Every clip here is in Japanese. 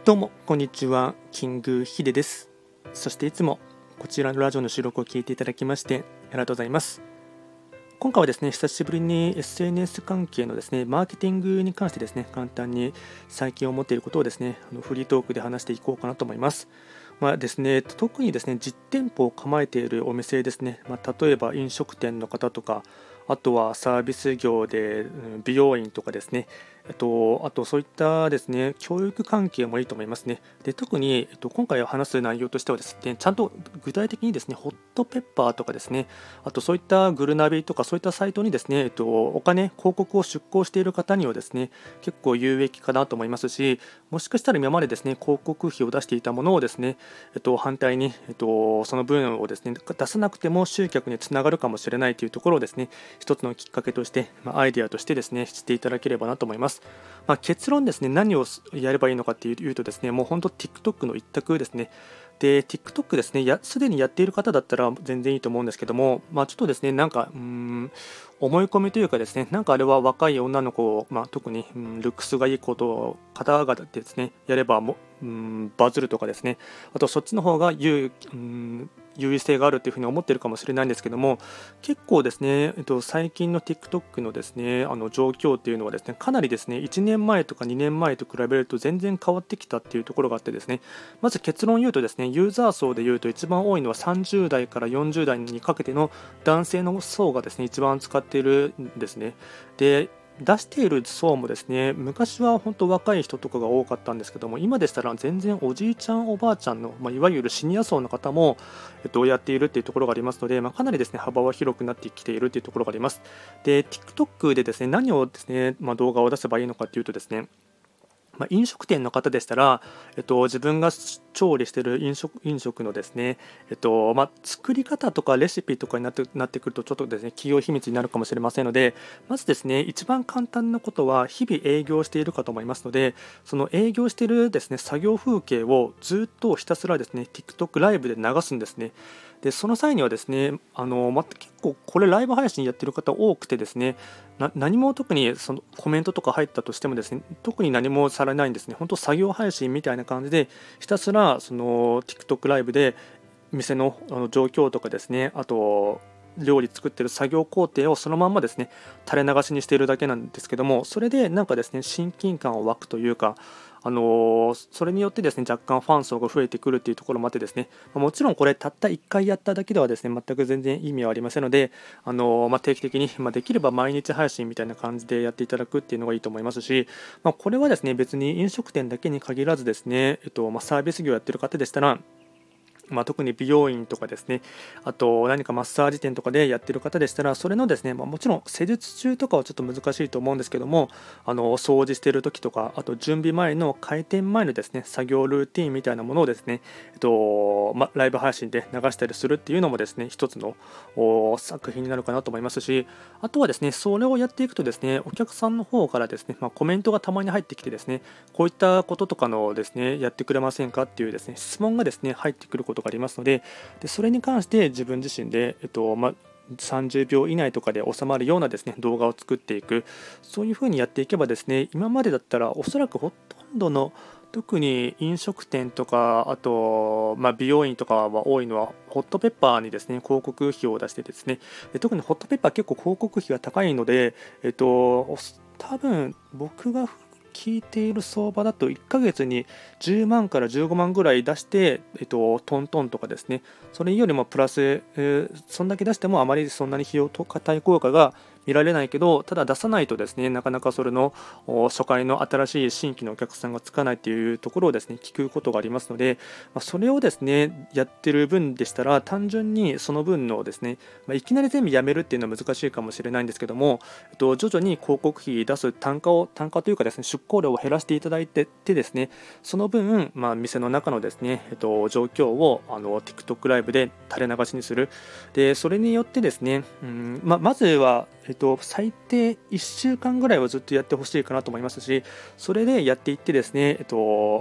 どうもこんにちは、キングヒデです。そしていつもこちらのラジオの収録を聞いていただきましてありがとうございます。今回はですね、久しぶりに SNS 関係のですね、マーケティングに関してですね、簡単に最近思っていることをですね、フリートークで話していこうかなと思います。ですね、特にですね、実店舗を構えているお店ですね、例えば飲食店の方とか、あとはサービス業で美容院とかですね、あとそういったですね、教育関係もいいと思いますね。で、特に、今回話す内容としてはですね、ちゃんと具体的にですね、ホットペッパーとかですね、あとそういったグルナビとかそういったサイトにですね、広告を出稿している方にはですね、結構有益かなと思いますし、もしかしたら今までですね、広告費を出していたものをですね、反対に、その分をですね、出さなくても集客につながるかもしれないというところをですね、一つのきっかけとして、アイデアとしてですね、していただければなと思います。結論ですね、何をやればいいのかっていうとですね、もう本当 TikTok の一択ですね。で、TikTok ですね、すでにやっている方だったら全然いいと思うんですけども、ちょっとですね、思い込みというかですね、あれは若い女の子を、特に、ルックスがいい方々でですね、やればバズるとかですね、あとそっちの方が優位性があるというふうに思っているかもしれないんですけども、結構ですね、最近の TikTok のですね、状況っていうのはですね、かなりですね、1年前とか2年前と比べると全然変わってきたっていうところがあってですね、まず結論言うとですね、ユーザー層で言うと一番多いのは30代から40代にかけての男性の層がですね、一番使っているんですね。で、出している層もですね、昔は本当若い人とかが多かったんですけども、今でしたら全然おじいちゃんおばあちゃんの、いわゆるシニア層の方も、やっているっていうところがありますので、かなりですね、幅は広くなってきているというところがあります。で、TikTok でですね、何をですね、動画を出せばいいのかというとですね、飲食店の方でしたら、自分が調理している飲食のですね、作り方とかレシピとかになってくるとちょっとですね、企業秘密になるかもしれませんので、まずですね、一番簡単なことは日々営業しているかと思いますので、その営業しているですね、作業風景をずっとひたすらですね、TikTok ライブで流すんですね。で、その際にはですね、結構これライブ配信やってる方多くてですね、何も特にそのコメントとか入ったとしてもですね、特に何もされないんですね。本当作業配信みたいな感じで、ひたすらその TikTok ライブで店の状況とかですね、あと料理作ってる作業工程をそのまんまですね、垂れ流しにしているだけなんですけども、それでですね、親近感を湧くというか、それによってですね、若干ファン層が増えてくるっていうところもあってですね、もちろんこれたった1回やっただけではですね、全く全然意味はありませんので、定期的に、できれば毎日配信みたいな感じでやっていただくっていうのがいいと思いますし、これはですね、別に飲食店だけに限らずですね、サービス業やってる方でしたら、特に美容院とかですね、あと何かマッサージ店とかでやっている方でしたら、それのですね、もちろん施術中とかはちょっと難しいと思うんですけども、掃除している時とか、あと準備前の開店前のですね、作業ルーティンみたいなものをですね、ライブ配信で流したりするっていうのもですね、一つの作品になるかなと思いますし、あとはですね、それをやっていくとですね、お客さんの方からですね、コメントがたまに入ってきてですね、こういったこととかのですね、やってくれませんかっていうですね、質問がですね、入ってくることがありますので、それに関して自分自身で、30秒以内とかで収まるようなですね、動画を作っていく、そういうふうにやっていけばですね、今までだったらおそらくほとんどの特に飲食店とか、あと、美容院とかは多いのは、ホットペッパーにですね、広告費を出してですね、特にホットペッパー結構広告費が高いので、多分僕が聞いている相場だと1ヶ月に10万から15万ぐらい出して、トントンとかですね、それよりもプラス、そんだけ出してもあまりそんなに費用対効果が見られないけど、ただ出さないとですね、なかなかそれの初回の新しい新規のお客さんがつかないというところをですね、聞くことがありますので、それをですね、やってる分でしたら、単純にその分のですね、いきなり全部やめるっていうのは難しいかもしれないんですけども、徐々に広告費出す単価というかですね、出稿料を減らしていただいてですね、その分、店の中のですね、状況をTikTok ライブで垂れ流しにする。で、それによってですね、まずは最低1週間ぐらいはずっとやってほしいかなと思いますし、それでやっていってですね、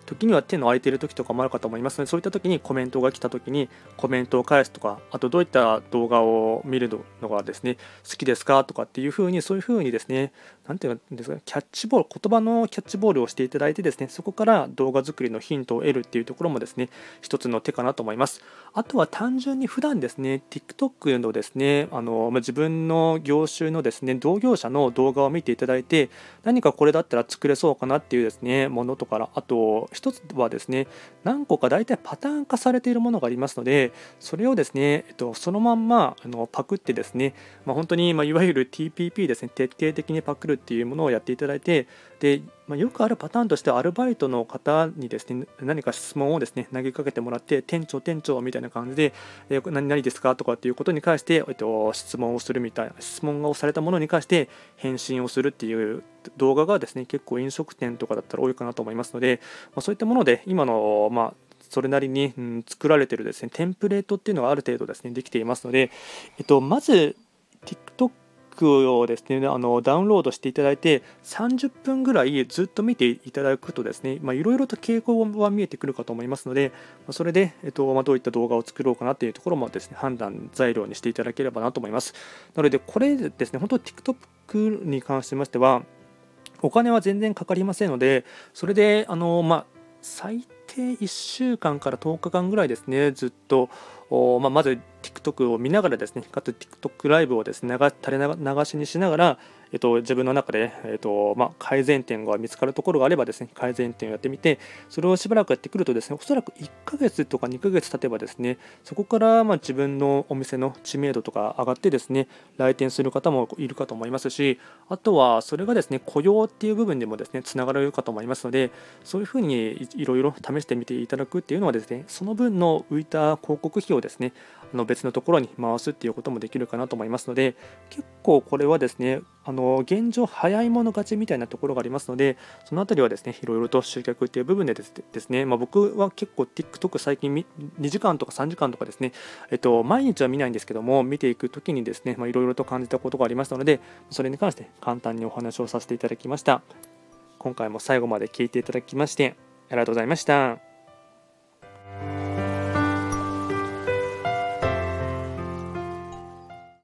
時には手の空いている時とかもあるかと思いますので、そういった時にコメントが来た時にコメントを返すとか、あとどういった動画を見るのがですね、好きですかとかっていう風に、そういう風にですね、なんていうんですかね、キャッチボール、言葉のキャッチボールをしていただいてですね、そこから動画作りのヒントを得るっていうところもですね、一つの手かなと思います。あとは単純に普段ですね、TikTok のですね、自分の業種のですね、同業者の動画を見ていただいて、何かこれだったら作れそうかなっていうですね、ものとか、あと一つはですね、何個か大体パターン化されているものがありますので、それをですね、そのまんまパクってですね、本当にいわゆる TPP ですね、徹底的にパクるっていうものをやっていただいて、で、よくあるパターンとしてはアルバイトの方にですね、何か質問をですね、投げかけてもらって、店長みたいな感じで、何々ですかとかっていうことに関して、質問をするみたいな、質問をされたものに関して返信をするっていう動画がですね、結構飲食店とかだったら多いかなと思いますので、そういったもので今のそれなりに、作られているですね、テンプレートっていうのがある程度ですね、できていますので、まず TikTok をですね、ダウンロードしていただいて、30分ぐらいずっと見ていただくとですね、いろいろと傾向は見えてくるかと思いますので、それで、どういった動画を作ろうかなというところもですね、判断材料にしていただければなと思います。なので、これですね、本当に TikTok に関しましては、お金は全然かかりませんので、それで最低1週間から10日間ぐらいですね、ずっと、まず TikTok を見ながらですね、かつ TikTok ライブをですね、垂れ流しにしながら、自分の中で、改善点が見つかるところがあればですね、改善点をやってみて、それをしばらくやってくるとですね、おそらく1ヶ月とか2ヶ月経てばですね、そこから自分のお店の知名度とか上がってですね、来店する方もいるかと思いますし、あとはそれがですね、雇用っていう部分でもですね、つながるかと思いますので、そういうふうにいろいろ試してみていただくっていうのはですね、その分の浮いた広告費をですね、別のところに回すっていうこともできるかなと思いますので、結構これはですね、現状早い者勝ちみたいなところがありますので、そのあたりはですね、いろいろと集客っていう部分でですね、僕は結構 TikTok 最近2時間とか3時間とかですね、毎日は見ないんですけども、見ていくときにですね、いろいろと感じたことがありましたので、それに関して簡単にお話をさせていただきました。今回も最後まで聞いていただきまして、ありがとうございました。